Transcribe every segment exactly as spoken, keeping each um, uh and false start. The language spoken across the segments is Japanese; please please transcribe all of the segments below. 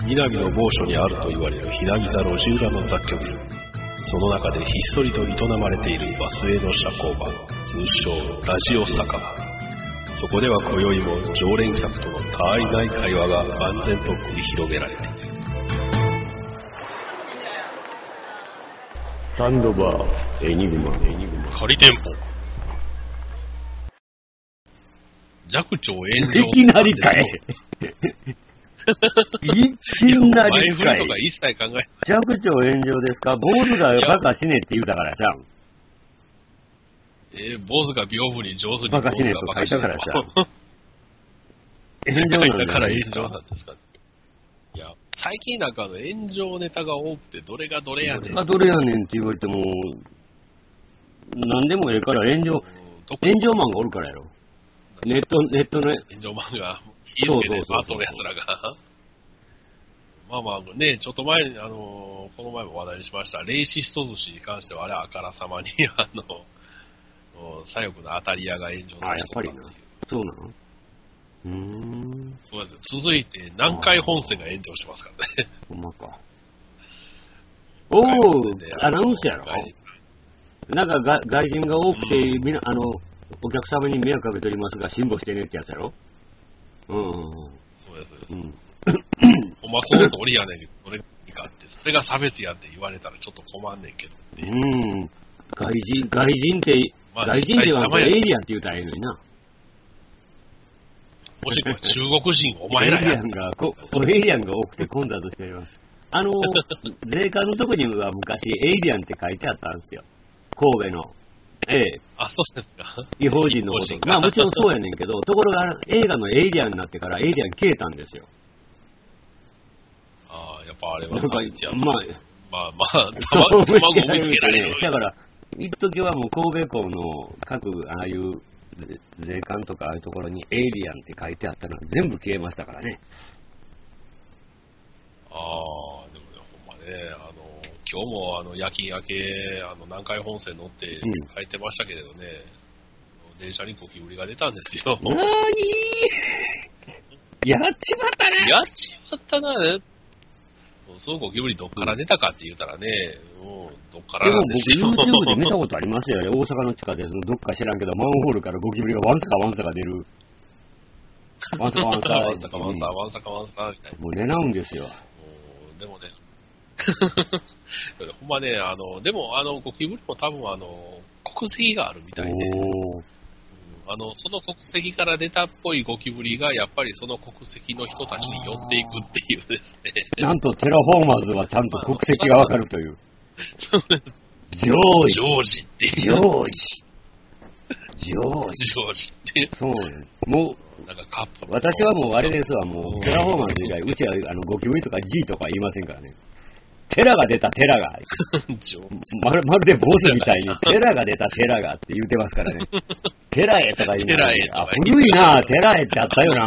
南の某所にあると言われるひなぎ座路地裏の雑居ビル。その中でひっそりと営まれているバスへの社交場、通称ラジオ酒場。そこでは今宵も常連客とのたわいない会話が万全と繰り広げられている。 サンドバーエニグマエニグマ仮店舗。寂聴炎上。 いきなりかい。いきなりかい。 前振りとか一切考え寂聴炎上ですか？坊主がバカ死ねって言うたからじゃん。 えー、坊主が屏風に上手にバカ死ねと書いたからじゃん。炎上なんだから炎上なんですか？いや、最近なんかあの炎上ネタが多くて、どれがどれやねん。 どれがどれやねんって言われても、何でもええから炎上、炎上マンがおるからやろ。ネット、ネットの、 炎上マンが、火付けて回っとるやつらが。まあまあね、ちょっと前に、あの、この前も話題にしました、レイシスト寿司に関しては、あれあからさまに、あの、左翼の当たり屋が炎上させてたっていう。 あ、やっぱりな。そうなの？うーん。 そうです。続いて、南海本線が炎上してますからね。 ほんまか。おー、アナウンスやろ？なんかが外人が多くて、みな、あの、お客様に迷惑かけておりますが、辛抱してねってやつやろ？うんうんうん。 そうです、そうです。 うん、 ほんまその通りやねんけど、それかって、それが差別やって言われたらちょっと困んねんけどっていう。 うん。外人、外人って、まあ、外人って言わんとエイリアンって言うたらええのにな。 もしくは中国人、お前らや。 エイリアンが、こエイリアンが多くて混雑しております。あの、税関のとこには昔、エイリアンって書いてあったんですよ。神戸の。ええ。 あ、そうですか。 違法人のこと。まあもちろんそうやねんけど、ところが映画のエイリアンになってからエイリアン消えたんですよ。 ああ、やっぱあれは差別や。 まあ、 まあまあ、卵を見つけられる。 だから、一時はもう神戸港の各、ああいう税関とかああいうところにエイリアンって書いてあったのは全部消えましたからね。 ああ、でもね、ほんまね、あの、今日もあの夜勤明け、あの南海本線乗って帰ってましたけれどね、うん、電車にゴキブリが出たんですよ。 なーにーやっちまったね。 やっちまったなね。そのゴキブリどっから出たかって言ったらね、うん、どっからなんですよ。 でも僕 YouTube で見たことありますよね。大阪の地下でどっか知らんけど、マンホールからゴキブリがワンサカワンサカ出る。ワンサカワンサカワンサカワンサカワンサカワンサカみたいな。 もう狙うんですよ。 でもね、ほんまね、あの、でも、あの、ゴキブリも多分、あの、国籍があるみたいで、うん、あの、その国籍から出たっぽいゴキブリが、やっぱりその国籍の人たちに寄っていくっていうですね。 なんと、テラフォーマーズはちゃんと国籍がわかるという。ジョージ。 ジョージっていう。 ジョージ。ジョージ。 ジョージっていう。 そうね。もう、 なんかカップ私はもうあれですわ、もう、テラフォーマーズ以外、うちはあのゴキブリとか G とか言いませんからね。テラが出たテラが。まる、まるでボスみたいに、テラが出たテラがって言ってますからね。テラエとか言うテラエとか。 あ、古いなテラエってあったよな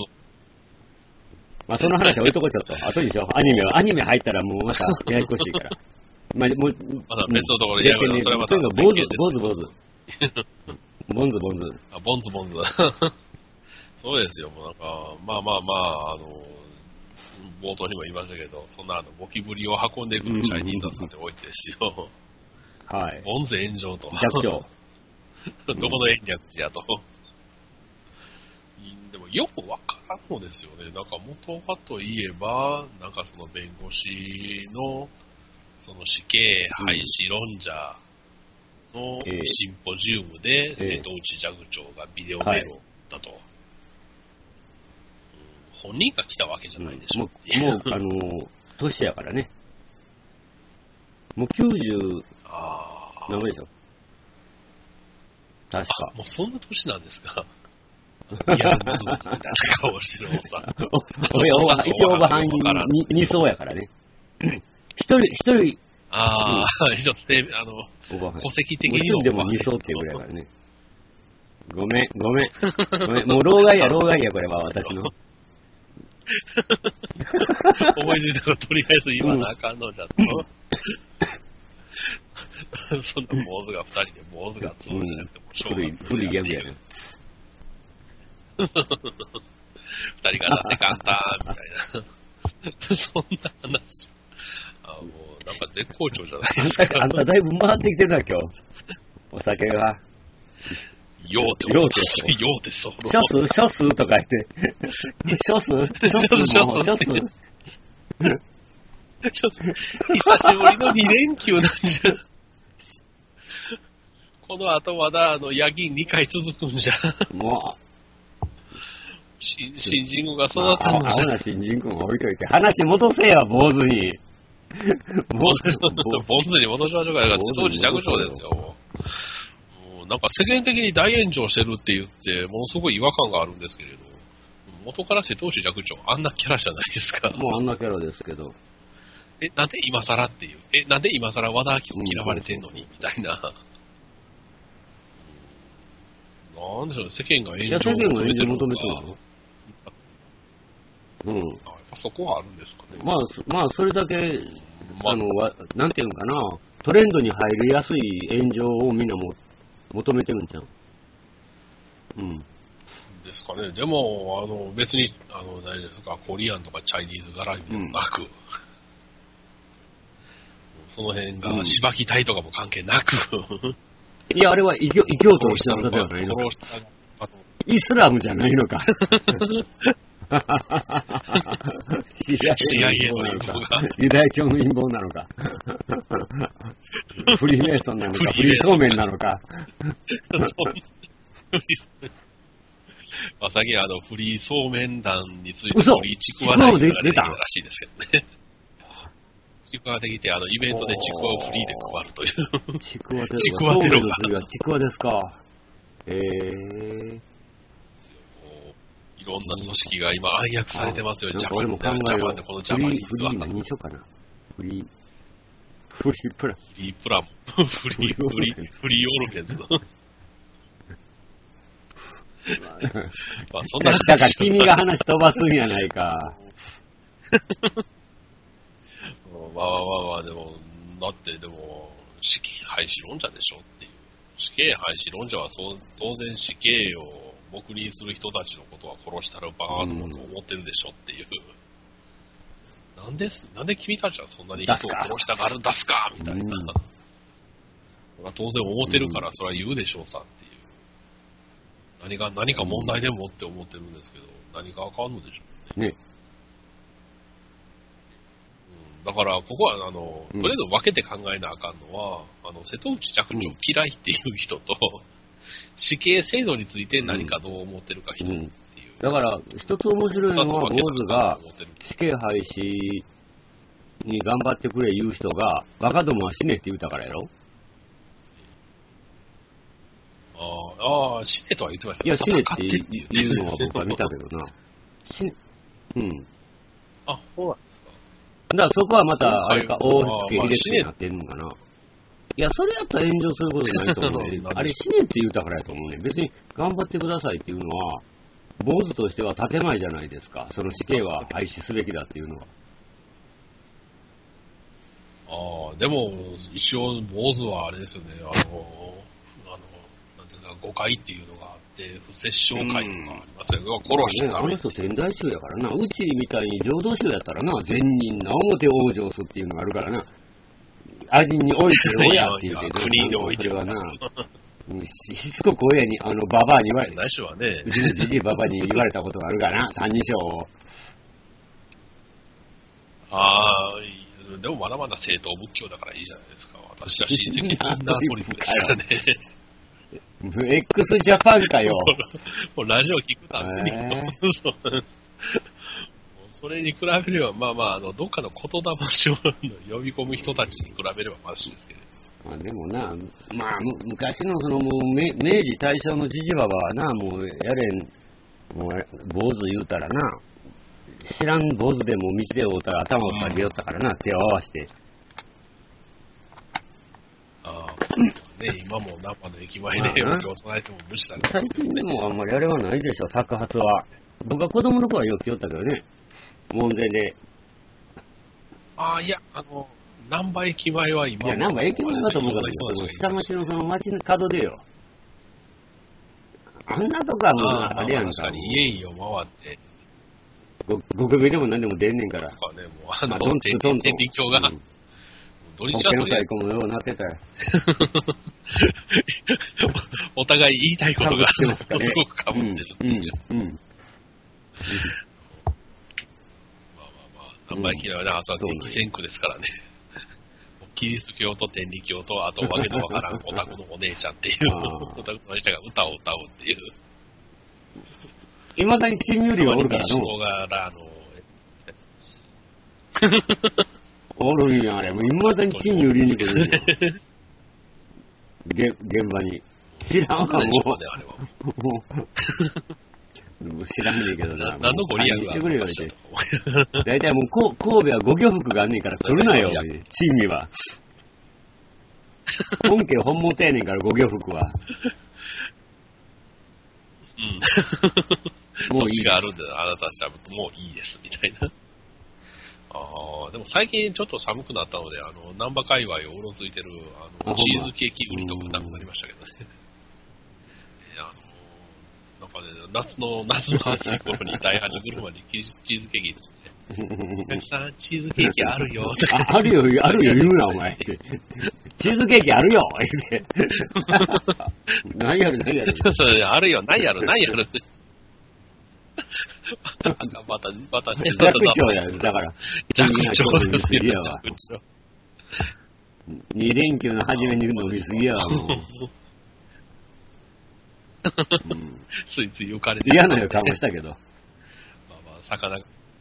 まあその話は置いとこうちょっと。後にしよう。アニメは、アニメ入ったらもうまたややこしいから。まあ、もう、 まだ別のところでやるの、それはまた。 坊主、坊主、坊主。ボンズ、ボンズ。 あ、ボンズ、ボンズ。そうですよ、もうなんか、まあまあまあ、あの、冒頭にも言いましたけど、そんなあのゴキブリを運んでくるチャイニーズさんって多いですよ。 はい。 ボンズ炎上と。 弱聴。 どこの延暦やと。でもよくわからんのですよね。なんか元はといえば、なんかその弁護士の、その死刑廃止論者のシンポジウムで、瀬戸内寂聴がビデオメールをだと。本人が来たわけじゃないでしょ。 うん、もう、もうあのー、年やからね。もうきゅうじゅう、何倍でしょ。確か。 もうそんな年なんですか。いや、ムズムズみたいな顔してるおっさん。 一応オーバーハンにに層やからね。一人、一人。 ああ、一つ、あの、戸籍的に。 一人でもに層っていうぐらいからね。ごめん、ごめん。ごめんもう老害や、老害や、これは私の。 思いついたこととりあえず言わなあかんのじゃと。そんな坊主が二人で坊主がつむじゃなくてもしょうがない。 古いギャグやね。 二人がだって簡単みたいな。 そんな話。あ、もう、なんか絶好調じゃないですか。 あんただいぶ回ってきてるな、今日。お酒が。 ようて、 ようて、 ようて、そう。 ショス、ショスとか言って。ショス、ショス、ショス、ショス。 ちょっと、久しぶりのに連休なんじゃ。この後まだ、あの、夜勤にかい続くんじゃ。 もう、 新新人軍が育ったのじゃ。 まあ、青な新人軍置いといて、話戻せや、坊主に。 坊主、坊主に戻しましょうか。当時弱小ですよ。もうなんか世間的に大炎上してるって言って、ものすごい違和感があるんですけれど、元からして当時弱小、あんなキャラじゃないですか。 もうあんなキャラですけど。 え、なんで今更っていう。え、なんで今更和田アキ子嫌われてんのに、みたいな。なんでしょうね、世間が炎上を求めてるのか。 うん。 やっぱそこはあるんですかね。 まあ、まあ、それだけ、まあ、あの、なんていうのかな、トレンドに入りやすい炎上をみんなも求めてるんちゃう？うん。 ですかね。でも、あの、別に、あの、大丈夫ですか、コリアンとかチャイニーズ絡みでもなく、うん、その辺が、しばき隊とかも関係なく、 いや、あれは異教異教徒をしたのではないのか。イスラムじゃないのか。シアイエー の陰謀なのか。ユダヤ教の陰謀なのか。フリーメイソンなのか。フリーソーメンなのか。 まあ、最近あのフリーソーメン団についてフリーちくわ団が出たらしいですけどね。ちくわできて、あの、イベントでちくわをフリーで配るという。 ちくわテロが。ちくわですか。へえー。 いろんな組織が今暗躍されてますよ、ジャパンで。 ジャパンで、このジャパニーズは。 フリー何にしようかな。フリー、フリープラン。 フリープラン。フリー、フリー、フリーオルフェンズ。 まあ、そんなだから君が話飛ばすんやないか。 まあまあまあ、でも、だってでも、死刑廃止論者でしょっていう。死刑廃止論者はそう当然死刑を黙認する人たちのことは殺したらバーンと思ってるでしょっていう。うん、なんで、なんで君たちはそんなに人を殺したがるんだすかみたいな。うん、当然思ってるからそれは言うでしょうさっていう。何が、何か問題でもって思ってるんですけど、何があかんのでしょうね。ね。だから、ここは、あの、とりあえず分けて考えなあかんのは、あの、瀬戸内寂聴嫌いっていう人と、死刑制度について何かどう思ってるか人っていう。うんうん、 だから、一つ面白いのは、坊主が死刑廃止に頑張ってくれ言う人が、バカどもは死ねって言うたからやろ？ ああ、死ねとは言ってましたいや、死ねって言うのは僕は見たけどな。死ね、うん。 あ、そうなんですか。 だからそこはまた、あれか、大月秀樹になってんのかな。いや、それやったら炎上することないと思うね。あれ死ねって言うたからやと思うね。別に頑張ってくださいっていうのは、坊主としては建前じゃないですか。その死刑は廃止すべきだっていうのは。 ああ、でも、一応、坊主はあれですよね。あの、あの、なんていうか、誤解っていうのがあって、不殺生会とかありますよね。殺した、 ね。あの人天台宗やからな。うちみたいに浄土宗やったらな、善人な表往生すっていうのがあるからな。味において親って言うけど、 国においてはな、しつこく親に、あの、ババアに言われて、 ないしはね、 うちのじじいババアに言われたことがあるからな、三人称を。 ああ、でもまだまだ正統仏教だからいいじゃないですか。私は親戚みんなトリスですからね。 X ジャパンかよ。 もうラジオ聞くために、えー、それに比べれば、まあまあ、あのどっかの言霊を呼び込む人たちに比べればマシですけど。 まあでもな、まあ昔のそのもう明治大正のじじばばはな、もうやれん、もう坊主言うたらな、知らん坊主でも道で会うたら頭を下げよったからな、うん、手を合わして。 ああ、ね、今もナンパの駅前でお経を唱えても無視されてる、ね。 最近でもあんまりあれはないでしょ、作発は。僕は子供の頃はよく来よったけどね、門前で。 ああ、いや、あの、難波駅前は今も。 いや、難波駅前だと思うから、下町のその町の角でよ。あんなとこはもうあれやんか。 家々を回って。 ごゴキブリでも何でも出んねんから。 とかね、もうあの、 あ、どん天どん理教が、 うん土日はとりあえずもようなってたよ。 お互い言いたいことが被ってますかね。 すごく被ってるっていう。 うん。うん。うんまあまあまあ、生意気なね、あとは激戦区ですからね。キリスト教と天理教と、あとわけのわからんオタクのお姉ちゃんっていう、オタクのお姉ちゃんが歌を歌うっていう。 いまだに珍入りがおるからの。人柄の、 おるんや、あれ。もういまだに珍入りに来るんや。現場に。知らんわ、もう。 あれは。 知らんねんけどな。 何のご利益があるのかだいたいもう、神戸はご漁服があんねんから来るなよ、チームは。本家本元やねんから、ご漁服は。 うん。もういいがあるんで、あなたたちはもういいです、みたいな。ああ、でも最近ちょっと寒くなったので、あの、難波界隈をうろついてる、あの、チーズケーキ売りとかなくなりましたけどね。あの、なんかね、夏の、夏の暑い頃に大半に車にチーズケーキってお客さん、チーズケーキあるよ。 あ、あるよ、あるよ、言うな、お前。チーズケーキあるよ、言うて。何やる、何やる。 そう、あるよ、何やる、何やる。また、また、 寂聴や、だから。 寂聴ですよ、 寂聴。二連休の初めに飲みすぎやわ、もう。 うん、ついつい浮かれて嫌な予感もしたけど。 まあまあ、魚が、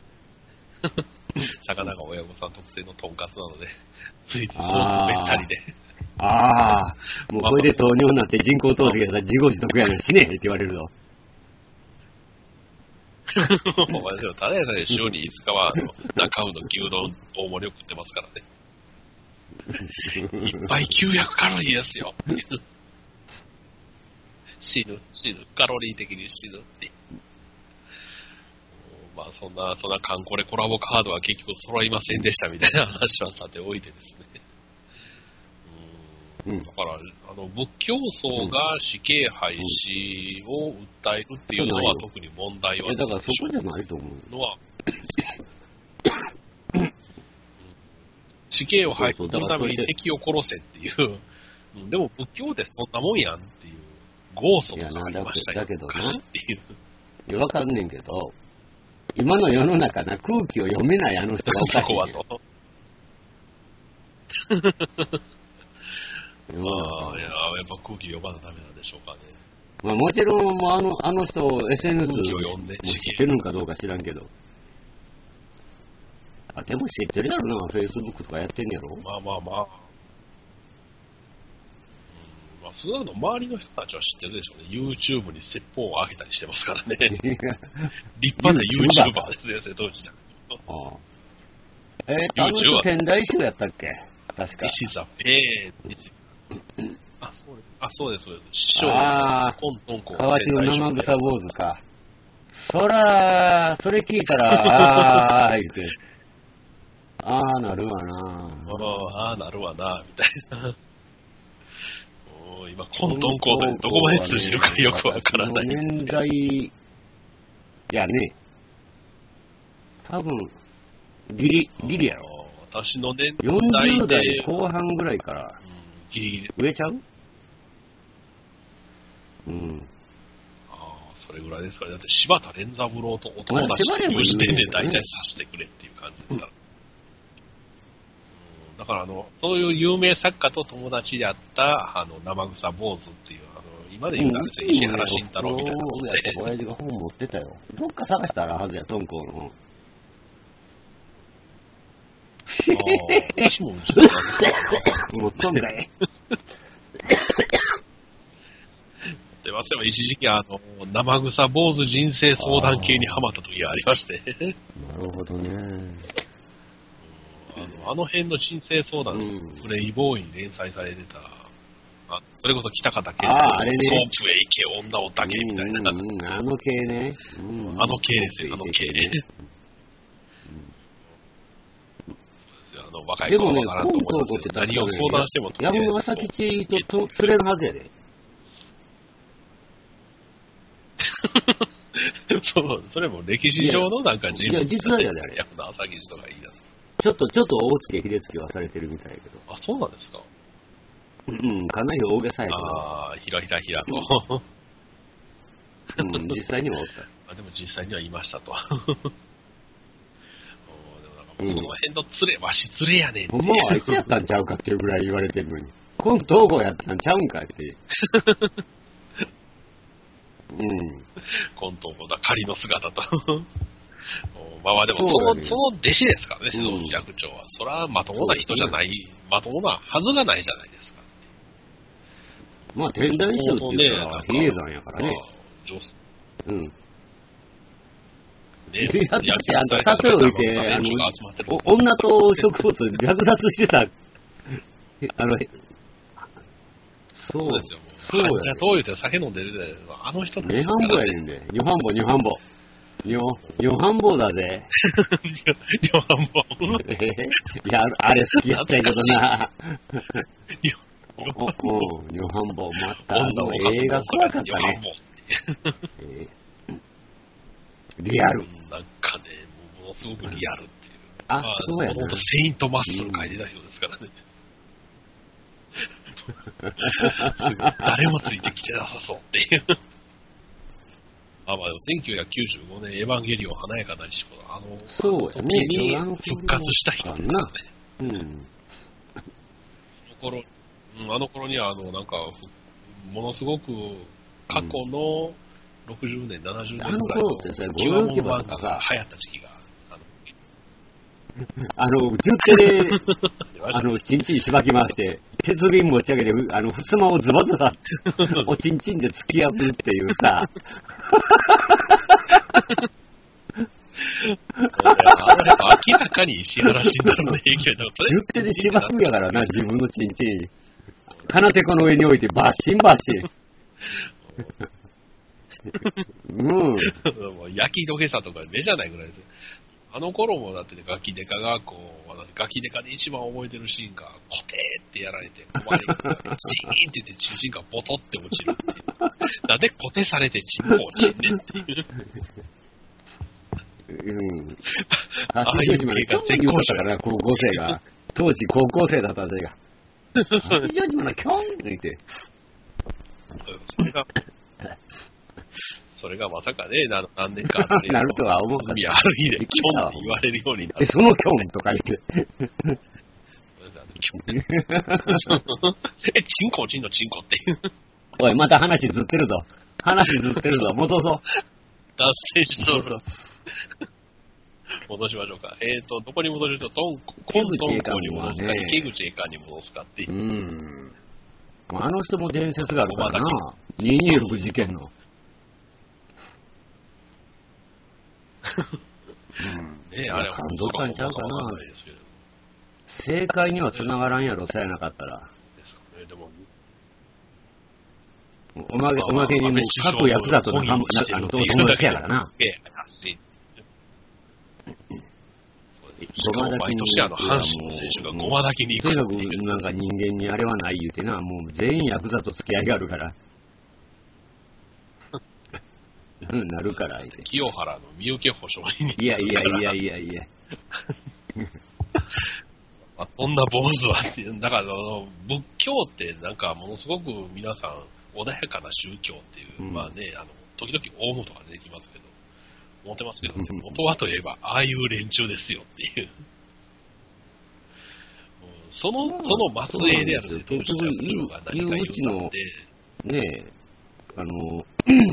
魚が親御さん特製のとんかつなので、ついついソースべったりで。 ああ、もうこれで糖尿になって人工透析やったら自業自得やねん、死ねって言われるぞ。 お前でもただやさえ週にいつかはあの中尾の牛丼大盛りを食ってますからね。いっぱいきゅうひゃくカロリーですよ。死ぬ、死ぬ、カロリー的に死ぬっていう。まあそんな、そんなカンコレコラボカードは結局揃いませんでしたみたいな話はさておいてですね。うん、だから、あの、仏教僧が死刑廃止を訴えるっていうのは特に問題はない。 だからそこじゃないと思うのは、死刑を廃止するために敵を殺せっていう、うん、でも仏教ってそんなもんやんっていう、ゴーストとかありましたよ。 だけどな。 っていう。 いや、わかんねんけど、今の世の中な、空気を読めないあの人がおかしい、ね。そこはと。 ああ、いや、やっぱ空気読まなダメなんでしょうかね。 まあもちろん、あの、あの人、エスエヌエス空気を読んで知ってるんかどうか知らんけど。あ、でも知ってるやろな、Facebook とかやってんやろ。 まあまあまあ。うん、まあ、少なくとも周りの人たちは知ってるでしょうね。YouTube に説法を上げたりしてますからね。立派な YouTuber ですね、当時じゃん。 ああ。えー、あの人仙台州やったっけ確か。 This is a pain. あ、そうです。あ、そうです、そうです。師匠ああ、 コントンコ。 河内の生臭坊主か。そら、それ聞いたら、ああ、言って。ああ、なるわな。 ああ、なるわな、みたいな。お今、コントンコートでどこまで通じるかよくわからない。 年代、いやね、多分、ギリ、ギリやろ。 私の年代で。 よんじゅう代後半ぐらいから、うん、 ギリギリ。 上ちゃううん。 ああ、それぐらいですかね。だって柴田連三郎とお友達という時点で大体さしてくれっていう感じですから。うん、だからあの、そういう有名作家と友達であった、あの、生臭坊主っていう、あの、今で言うとですね、石原慎太郎みたいなので。 親父が本持ってたよ。どっか探したらはずや、トンコの。 ああ、私もうちのもうとんかい。 でも一時期あの生臭坊主人生相談系にハマった時がありまして。 なるほどね。 あのあの辺の人生相談、うん、プレイボーイに連載されてた、あそれこそ北方健のソープへ行け女を抱けみたいな、 うんうん、あの系ね、 うん、あの系ですよ、あの系ね。あの若い子は分からんと思いますけど、何を相談してもやぶの朝吉と釣れるはずやで。 そう、それも歴史上のなんか人物いや、実はじゃない。 山田朝吉とか言い出す。 ちょっと、ちょっと大助秀次はされてるみたいやけど。 あ、そうなんですか。 うん、かなり大げさやけど。 ああ、ひらひらひらと。 うん、実際にはおった。 あでも実際にはいましたと。でもなんかその辺の連れ、わし連れやねんって。 ほんまはあいつやったんちゃうかっていうぐらい言われてるのに。今東郷やったんちゃうんかって。うん。 今東郷だ、仮の姿と。まあまあでもその、ね、その弟子ですからね、須藤寂聴は。そらまともな人じゃない、ね、まともなはずがないじゃないですか。 まあ天台宗っていうか、比叡山やからね。うん。ね、やってあんた、さておいて、あの、女と植物略奪してた、あの、 そうですよ、もう。そうや、ね。どう言うて酒飲んでるで、あの人って。 二半棒やねんで。二半棒、二半棒。四、四半棒だぜ。 四半棒。 えー、いや、あれ好きやったけどな。おお、四半棒、また、あの映画怖かったね。えー、リアル。 なんかね、ものすごくリアルっていう。 あ、まあ、そうやな。 ほんとセイントマッスル書いてた人ですからね。誰もついてきてなさそうっていう。あ、まあでもせんきゅうひゃくきゅうじゅうごねん、エヴァンゲリオン華やかなりしこあの、 そうやね、 に復活した人ですからね。 うん。 あの頃、うん、あの頃には、あの、なんか、ものすごく過去のろくじゅうねん、ななじゅうねんぐらいのキュアモン漫画が流行った時期が。 あの、十手で、あの、チンチンしばき回して、鉄瓶持ち上げて、あの、ふすまをズバズバ、おちんちんで突き破るっていうさ。 明らかに石原慎太郎の影響だ。 十手でしばくやからな、自分のチンチン。金手この上に置いて、バッシンバッシン。うん。 焼き土下座とか目じゃないぐらいですよ。あの頃もだって、ね、ガキデカがこう、ガキデカで一番覚えてるシーンが、コテーってやられて、壊れて、チーンって言って、チンチンがボトって落ちるっていう。なんでコテされてチンポ落ちんねんっていう。 うん。ああいう経過絶好調だから、高校生が。当時高校生だったんですが。八丈島のキョンって言って。 それが、それがまさかね、何年かなるとは思うから。いや、ある意味でキョンって言われるようになる。 え、そのキョンとか言って。 え、チンコチンのチンコっていう。 おい、また話ずってるぞ。話ずってるぞ。戻そう。 脱線しそうそう。戻しましょうか。えっ、ー、と、どこに戻ると、トンコ、コントンコに戻すか、池口栄冠に戻すかっていう。 うん。あの人も伝説があるからな。にひゃくにじゅうろく事件の。 うん、ねえ、あれは感動感ちゃうかな。正解には繋がらんやろ、さやなかったら。ですかね、でも。おまけ、おまけにも各役だと仲間、あの、友達やからな。 ごまだ毎年あの、阪神の選手がごまだけに行くっていう。 とにかくなんか人間にあれはない言うてな、もう全員ヤクザと付き合いがあるから。うん、なるから。 清原の身請け保証人。 いやいやいやいやいや。 まあ、そんな坊主はっていう、だからあの仏教ってなんかものすごく皆さん穏やかな宗教っていう、うん、まあね、あの、時々オウムとか出てきますけど、思ってますけど、ね、元はといえば、ああいう連中ですよっていう。その、その末裔である瀬戸内寂聴が何か言うたって、 ねえ、あの、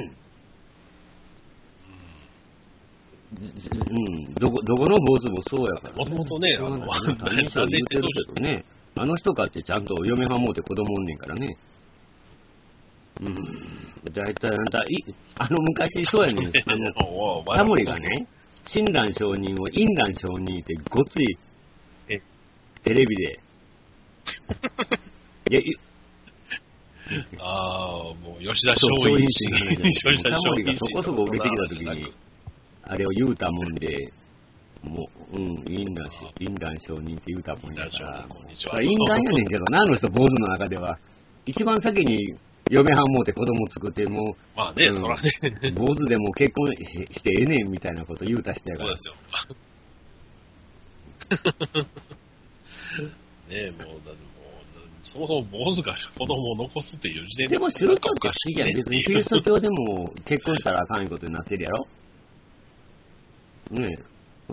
うん、どこ、どこの坊主もそうやから、 ね。もともとね、あの、 他人者言うてるけどね、あの人かってちゃんと嫁はもうて子供おんねんからね。うん。だいたいあんた、い、あの昔そうやねん。あの、タモリがね、親鸞上人を陰鸞上人ってごつい、え、テレビで。いや、いああ、もう吉田松陰氏。 吉田タモリがそこそこ売れてきたときに、あれを言うたもんで、もう、うん、陰鸞陰鸞上人って言うたもんだから、陰鸞やねんけどな、あの人、坊主の中では。一番先に嫁はんもうて子供作ってもう、 まあね、 うん、 そらね。 坊主でもう結婚してええねんみたいなこと言うた人やから。 そうですよ。ねえ、もう、だってもう、そもそも坊主が子供を残すっていう時点で。でも、するとって不思議やん。別にキリスト教でも結婚したらあかんいうことになってるやろ。ねえ。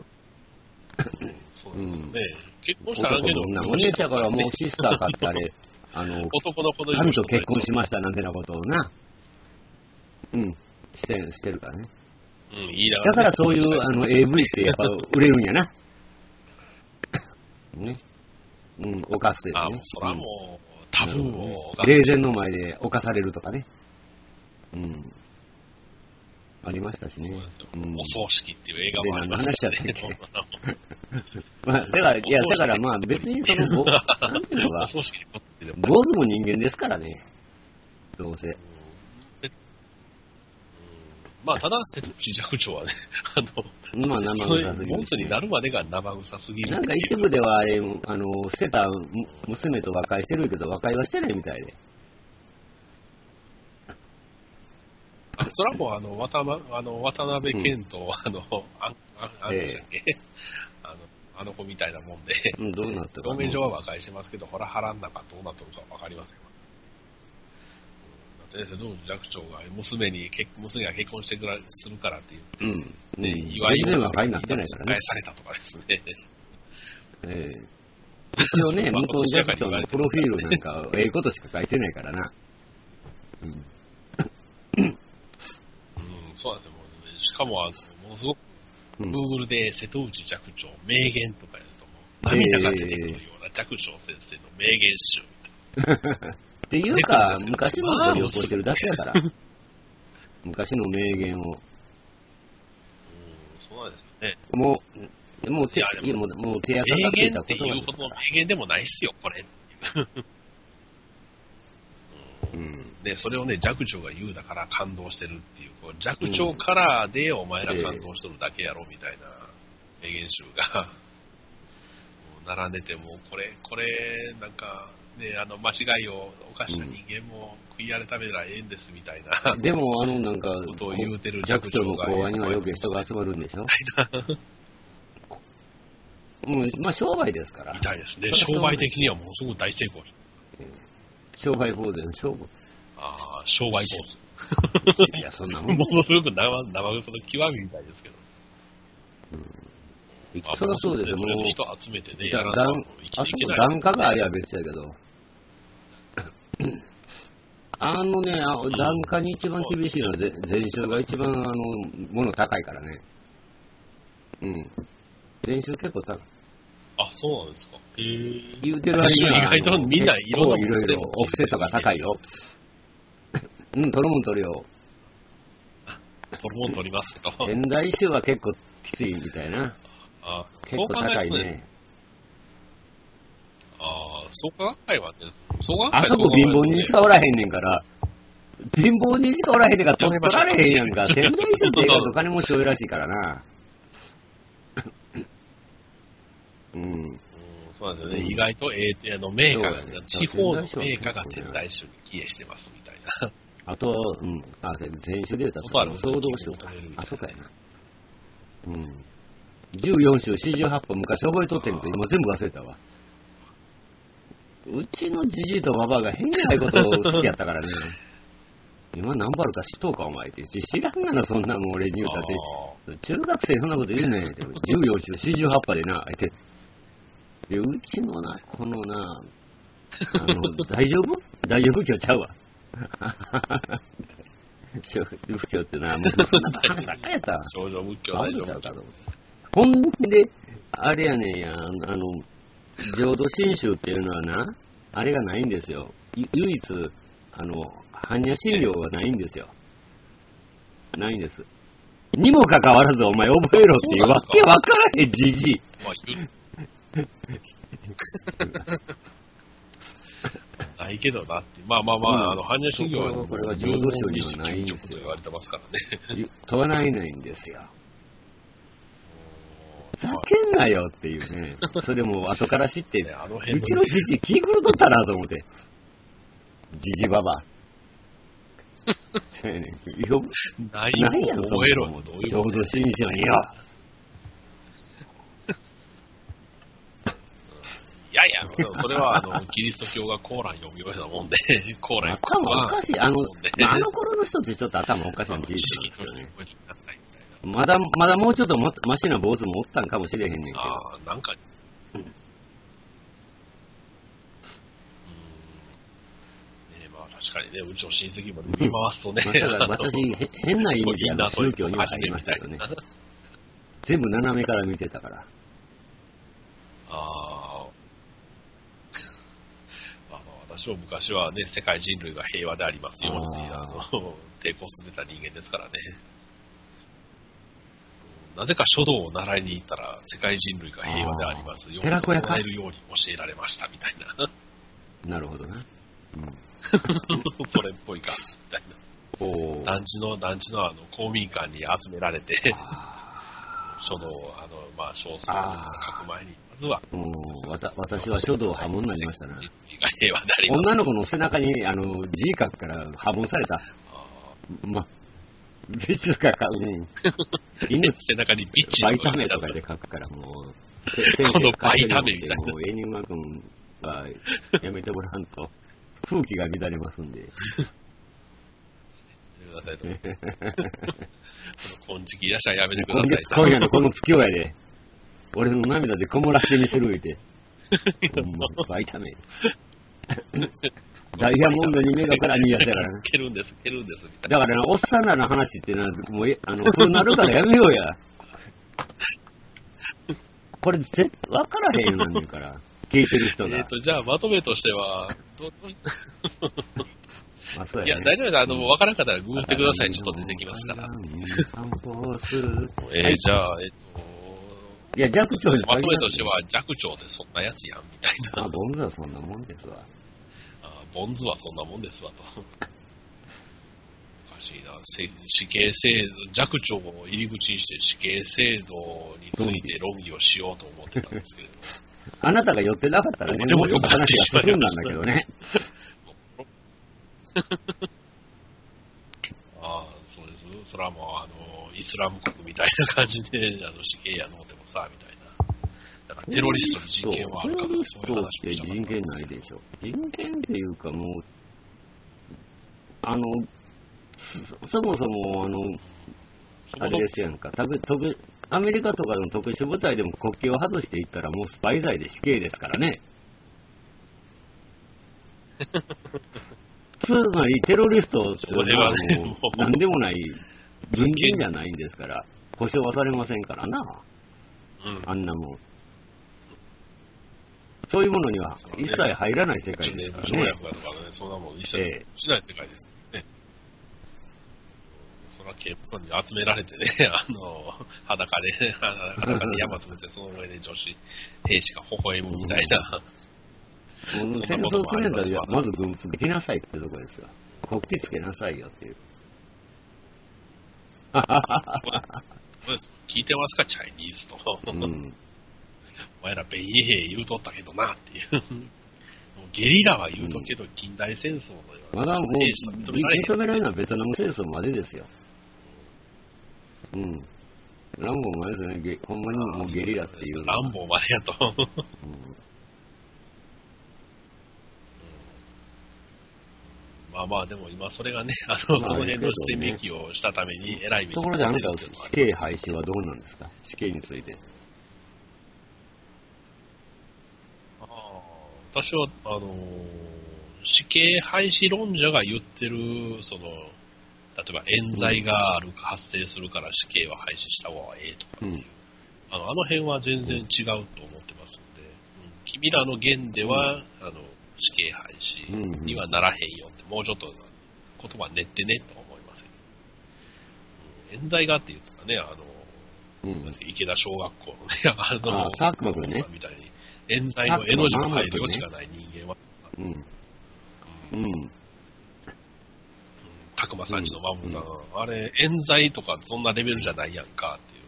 そうですよね。結婚したらあかんけど。 お姉ちゃんからもうシスターかってあれ、あの、 男の子の神と結婚しましたなんてなことをな、うん、して、してるからね。 うん、言いながら、ね。 だからそういうあの エーブイ ってやっぱ売れるんやな。ね。うん、犯すですね。 あ、もうそらもう、タブーを犯す。霊前の前で犯されるとかね。うん。ありましたしね。 うん、お葬式っていう映画もありましたしね。 まあ、だから、いや、だからまあ別にその、なんていうのが、坊主も人間ですからね。どうせ。うん、 まあ、ただ、瀬戸内寂聴はね、あの、 まあ、生臭すぎる、ね。 坊主になるまでが生臭すぎる。 なんか一部ではあれ、あの、捨てた娘と和解してるけど、和解はしてないみたいで。 あ、それはもう、あの、渡あの渡辺謙と、うん、あの、あ、あ、あでしたっけ、えー、あの、あの子みたいなもんで、 うん、どうなったか、 表面上は和解してますけど、ほら、腹ん中どうなってるかわかりませんよ。だって、瀬戸内寂聴が娘に、娘が結婚してくらするからって言って、うん、ね、祝いを和解になってないからね。 返されたとかですね。 ええー。一応ね、向こう寂聴のプロフィールなんか、ええことしか書いてないからな。うんそうなんですよ。もうね、しかも、あの、ものすごく、Google で瀬戸内寂聴名言とかやると、もう涙が出てくるような寂聴先生の名言集みたいな。 っていうか、昔のを取り起こしてるだけだから。昔の名言を。うん、 そうなんですよね。 もう、もう手、いやもうもう手垢がついたこと名言っていうほどの名言でもないっすよ、これ。うん、でそれをね、寂聴が言うだから感動してるっていう、こう寂聴カラーでお前ら感動してるだけやろみたいな名言集が、えー、並んでても、これ、これ、なんか、ね、あの間違いを犯した人間も悔い改めたらええんですみたいな、 うん、でも、あのなんか、 ことを言うてる寂聴の講話にはよく人が集まるんでしょ。うん、まあ商売ですから。 みたいですね。商売的にはものすごく大成功。 商売坊主の商売。 ああ、商売坊主。 いや、そんなもん。 ものすごく生生臭の極みみたいですけど。 うん。そりゃそうですよ、もう。 人集めてね、やらないと生きていけない。檀家がありゃ別やけど。あのね、檀家に一番厳しいのは、禅宗が一番、あの、もの高いからね。うん。禅宗結構高い。 あ、そうなんですか。へぇ。 言うてる間に意外とみんないろんなものでお布施とか高いよ。うん、取るもん取るよ。 取るもん取りますと。 仙台宗は結構きついみたいな。 あ、 結構高いね。 ああ、創価学会はね、創価学会あそこ貧乏人しかおらへんねんから、貧乏人しかおらへんねんから取られへんやんか。仙台宗って言うと金持ち多いらしいからな。うん、 そうなんですよね、うん、意外と、えー、あのメーカーが、ね、地方のメーカーが天台宗に帰依してますみたいな。 あと、うん、あ、全宗で言うたら、総動宗か。あ、そうかやな。うん。じゅうよん宗、四十八本、昔覚えとってんけど、今全部忘れたわ。うちのじじいとばばあが変なことを好きやったからね。今何バルか知っとうかお前って。知らんがな、そんなもん俺に言うたって。中学生そんなこと言うねんって。じゅうよん宗、四十八波でな、あえて。で、うちのな、このな、あの、大丈夫大丈夫教ちゃうわ。仏教ってな、もうそんな話ばっかりやったわ。 少女仏教大丈夫ちゃうかと思って。ほんで、あれやねんや、あの、浄土真宗っていうのはな、あれがないんですよ。唯一、あの、般若心経がないんですよ。ないんです。にもかかわらずお前覚えろっていうわけわからへん、じじい。まあ、 ないけどなって。まあまあまあ、うん、あの、般若心経は、 これは浄土宗にはないんですよ。 と言われてますからね。 問わないないんですよ。ふざけんなよっていうね。それも後から知って、ね、あのうちのじじい気狂っとったなと思って。じじばば。 そうやねん。よないもん覚えろもどういう浄土真宗によ。 いやいや、それはあのキリスト教がコーラン読むようなもんで、コーラン頭おかしい。あの、まあ、あの頃の人ってちょっと頭おかしいなって言ってたんですよね。まだ、まだもうちょっともマシな坊主もおったんかもしれへんねんけど。 ああ、なんか、うん。うん。ねえ、まあ確かにね、うちの親戚まで見回すとね。 まあ、私、変な意味であの宗教には入りましたけどね。全部斜めから見てたから。 ああ。私も昔はね、世界人類が平和でありますように、あの、抵抗してた人間ですからね。なぜか書道を習いに行ったら、世界人類が平和でありますように、 寺子屋か唱えるように教えられましたみたいな。なるほどな。うん、 それっぽい感じみたいな。団地の、団地のあの公民館に集められて、書道を、あの、まあ、小説を書く前に、まずは、 うん、わた私は書道破門になりましたな。 ね。 女の子の背中に、あの、字書くから破門された。ま、ビッチが書く。 犬背中にビッチバイタメとかで書くから、もう、 このバイタメみたいな。 もう、エニグマ君はやめてもらわんと、風紀が乱れますんで。 やめてくださいと。この金色いらっしゃいやめてください。 今夜のこの月夜やで、俺の涙でこもらせにするいて。バイタメ。ダイヤモンドに目がからにやったからな。 蹴るんです、蹴るんです。 だからな、おっさんらの話ってな、もう、あの、そうなるからやめようや。これ、絶対分からへんよなんだから、聞いてる人が。 えっと、じゃあ、まとめとしては、どあそうやね、 いや、大丈夫です。あの、分からんかったらググってください。ちょっと出てきますから。えー、じゃあ、えっと、 いや、寂聴にまとめとしては、寂聴ってそんなやつやん、みたいな。 あ、ボンズはそんなもんですわ。 あ、ボンズはそんなもんですわ、と。おかしいな。死刑制度、寂聴を入り口にして死刑制度について論議をしようと思ってたんですけれど。 あなたが寄ってなかったらね、もうちょっと話が進んだんだけどね。 ああ、そうです。それはもう、あの、イスラム国みたいな感じで、あの、死刑やのってもさ、みたいな。だからテロリストに人権はあるかどうか、そういう話って人権ないでしょ。人権っていうかもう、あの、そもそも、あの、あれですやんか、アメリカとかの特殊部隊でも国旗を外していったらもうスパイ罪で死刑ですからね。つまりテロリストっていうのはもう何でもない軍人じゃないんですから、保証はされませんからな、うん、あんなもん。そういうものには一切入らない世界ですからね。 条約だとかね、そんなもん一切しない世界ですね。それは警察に集められてね、あの、裸で、裸で山詰めて、その上で女子兵士が微笑むみたいな。 うん、戦争するんだったら、まず軍服着なさいってとこですよ。国旗つけなさいよっていう。 そうです。聞いてますか、チャイニーズと。うん、お前らベイエ兵言うとったけどなっていう。ゲリラは言うとけど、近代戦争のような。 まだもう認められないのはベトナム戦争までですよ。うん。ランボーまでですね。ほんまにもうゲリラっていう。 ランボーまでやと。うん、まあまあ、でも今それがね、あの、まあ、その辺の線引きをしたために偉い目に。 ところであなたは死刑廃止はどうなんですか、死刑について。 ああ、私は、あの、死刑廃止論者が言ってる、その、例えば冤罪がある、うん、発生するから死刑は廃止した方がええとかっていう、うん、あの、あの辺は全然違うと思ってますので、うん、君らの言では、うん、あの、死刑廃止にはならへんよって、もうちょっと言葉練ってねと思いますけど、うん、冤罪がって言ったらね、あの、うん、池田小学校のね、あの、 あ佐久間君ね、 みたいに冤罪の絵の字も入る余地がない人間は、うん、うん、たくまさんちのマムさん、うん、あれ冤罪とかそんなレベルじゃないやんかっていう、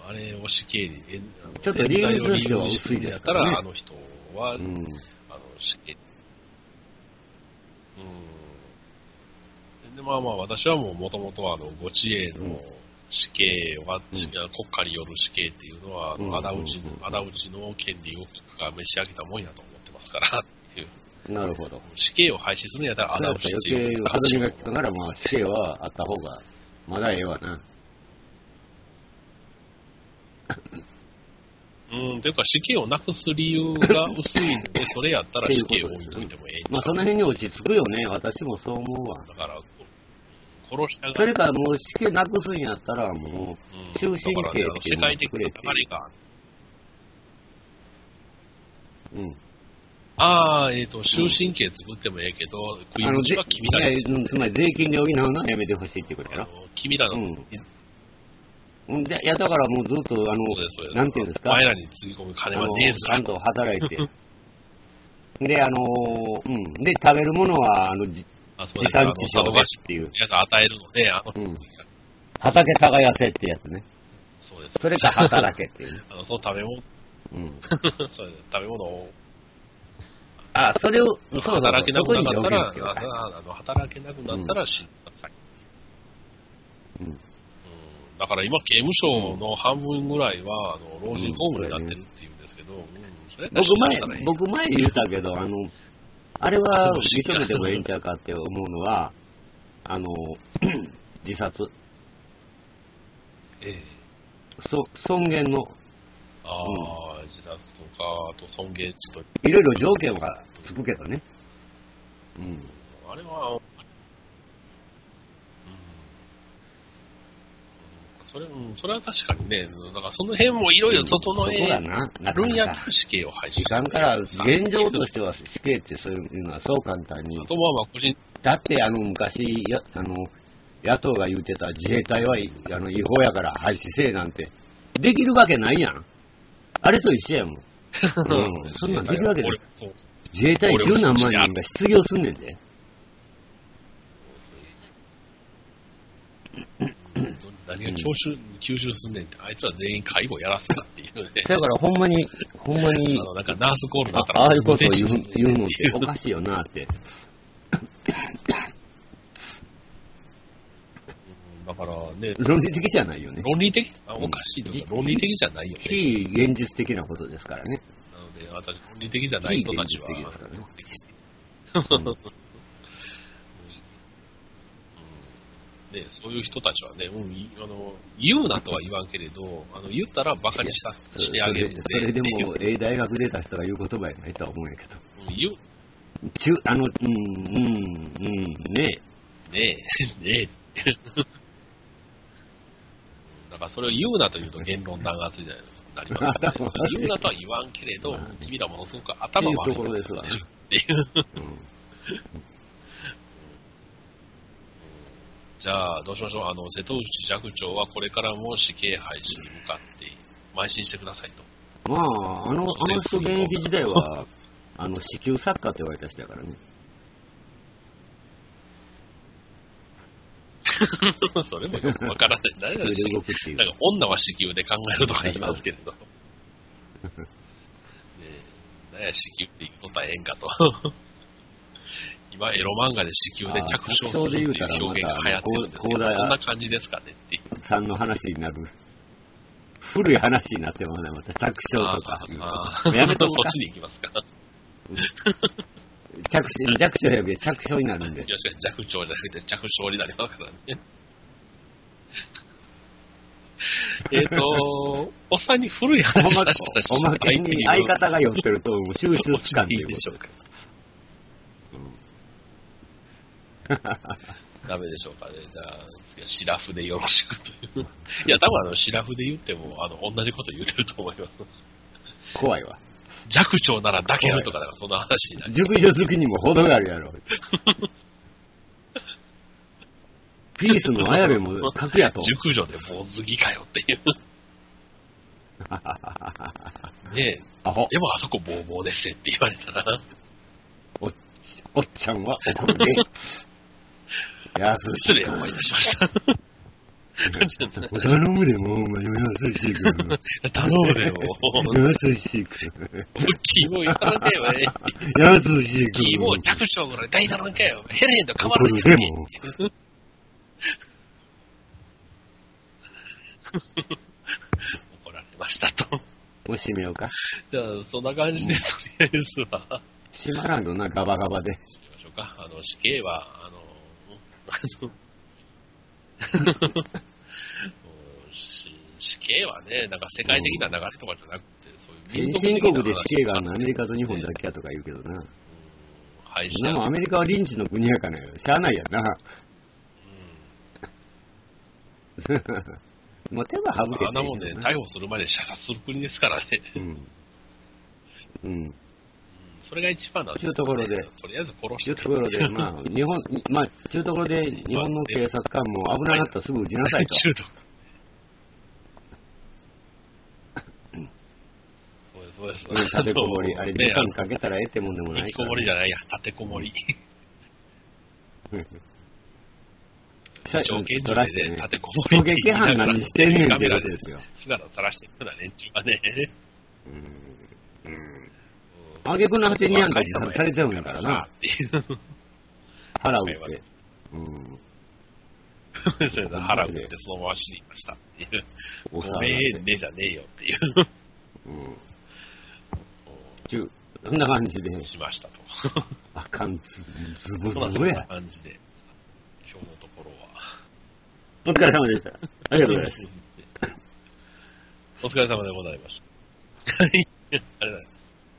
あれを死刑にちょっと理由としては薄いですからね、 あの人は、うん死刑、うん、 でまあまあ私はもうもともとあの、ご知恵の死刑は、うん、国家による死刑っていうのは、うん、仇討ち、仇討ちの権利を国家が召し上げたもんやと思ってますから、っていう。 なるほど。 死刑を廃止するんやったら仇討ちっていう。 余計、歯止めが効くから、まあ死刑はあった方が、まだええわな。 うん、というか死刑をなくす理由が薄いんで、それやったら死刑を置いといてもええんちゃう。 まあその辺に落ち着くよね。私もそう思うわ。 だから、殺したがそれからもう死刑なくすんやったら、もう、終身刑っていうのを世界的な流れが。 うん。 ああ、えっ、ー、と、終身刑作ってもええけど、食い口は君らに。つまり税金で補うのはやめてほしいってことやろ。 君らの。 うん。で、いや、だからもうずっと、あの、なんていうんですか。 前らにつぎ込む金はねえぞ。 ちゃんと働いて。で、あの、うん。で、食べるものは、あの、地産地消っていう。 やつ与えるので、あの、うん、 畑耕せってやつね。 そうです。 それか働けっていう、ね。 あの、その食べ物。うん。そうです。食べ物を。 あ、それを、そうそう働けなくなったら、あの働けなくなったら死んでください。うん。うん。だから今、刑務所の半分ぐらいは、あの、老人ホームになってるっていうんですけど、うん、それ僕前、僕前言ったけど、あの、あれは認めてもええんちゃうかって思うのは、あの、自殺。 ええ。 そ、尊厳の。 ああ、うん、自殺とか、あと尊厳死と。 いろいろ条件はつくけどね。 うん。あれは、うん。それ、うん、それは確かにね、だからその辺もいろいろ整えるんやったら死刑を廃止する。 時間から現状としては死刑ってそういうのはそう簡単に。 あとはまあ個人だってあの昔やあの野党が言うてた自衛隊はあの違法やから廃止せえなんてできるわけないやん。あれと一緒やもん。うん、そんなんできるわけない。自衛隊十何万人が失業すんねんで。 何が吸収、うん、吸収すんねんって、あいつら全員介護やらすかっていうね。 だからほんまに、ほんまに、 あのなんかナースコールだったら、 ああいうことを言う、言うのっておかしいよなって。 だからね、 論理的じゃないよね。 論理的、あおかしいというか、論理的じゃないよね。 非現実的なことですからね。 なので、私、論理的じゃない人たちは、非現実的ですからね。ね、そういう人たちはね、うん、あの言うなとは言わんけれど、あの言ったらバカにしたしてあげるんで。 それでも、ええ大学出た人が言う言葉やないとは思うんやけど。 うん、言う。 中、あの、うん、うん、うん、ねえ。ねえ、ねえ。だからそれを言うなというと言論弾圧じゃなりますから、ね、言うなとは言わんけれど、君らものすごく頭悪いところですわ。っていう。じゃあ、どうしましょう。あの、瀬戸内寂聴はこれからも死刑廃止に向かって邁進してくださいと。 まあ、あの、あの人現役時代は、あの、子宮作家って言われた人やからね。 それもよくわからない。何だろう。なんか、女は子宮で考えるとか言いますけれど。ねえ、何や子宮って言うとったらええんかと。今、エロ漫画で子宮で着床するっていう表現が流行ってるんですけど、そんな感じですかねっていう。 さんの話になる。古い話になってもね、また着床とか。 やめとそっちに行きますか。 着床、着床やべ着床になるんで。 いや、弱腸じゃなくて着床になりますからね。えっと、おっさんに古い話をしたらおまけに相方が寄ってると、収集つかんでいいでしょうか。ダメでしょうかね。じゃあ、次はシラフでよろしくという。いや、多分あの、シラフで言っても、あの、同じこと言ってると思います。 怖いわ。 弱腸なら抱けるとか、だからそんな話になる。 熟女好きにも程があるやろ。ピースの綾部も書くやと。 熟女で坊主着かよっていう。ねえ。でもあそこボーボーですって言われたら。 お, おっちゃんは怒るね。いや、 失礼をいたしました。 頼むでも、お前、優しいくん。 頼むでも。 優しいくん。 キーボー言ったらんかよ、おい。 優しいくん。 キーボー弱小ぐらい大だろんかよ。ヘレンと変わるでも。 怒られましたと。 もう閉めようか。 じゃあ、そんな感じで、とりあえずは。 閉まらんとな、ガバガバで。 しましょうか。あの、死刑は、あの、死刑はね、なんか世界的な流れとかじゃなくて、そういう先進国で死刑があるのアメリカと日本だけやとか言うけどな。うん、 廃止でもアメリカはリンチの国やからしゃあないやな。うん。もう手は省けていい。 あんなもんね、逮捕するまで射殺する国ですからね。うん。 うん。 それが一番なんですよ、ね。 ところで、 とりあえず殺して。 ところで、まあ、日本、まあ、中ところで日本の警察官も危なかったらすぐ撃ちなさいと。 中毒。そうです、そうです。 立てこもり、あれ、時間かけたらええってもんでもない。 立てこもりじゃないや、立てこもり。条件でね、立てこもり。 狙撃犯何してんねんってことですよ。 姿さらしていくような連中はね。 うん。うん。あげくのはちにんか自殺されちゃうんからな。腹打って。うん。 腹打ってそのまま死にましたっていう。ごめんねじゃねえよっていう。うん。 中、そんな感じで。 しましたと。 あかん、ズブズブや。 そんな感じで。今日のところは。 お疲れ様でした。ありがとうございます。 お疲れ様でございました。はい。ありがとうございます。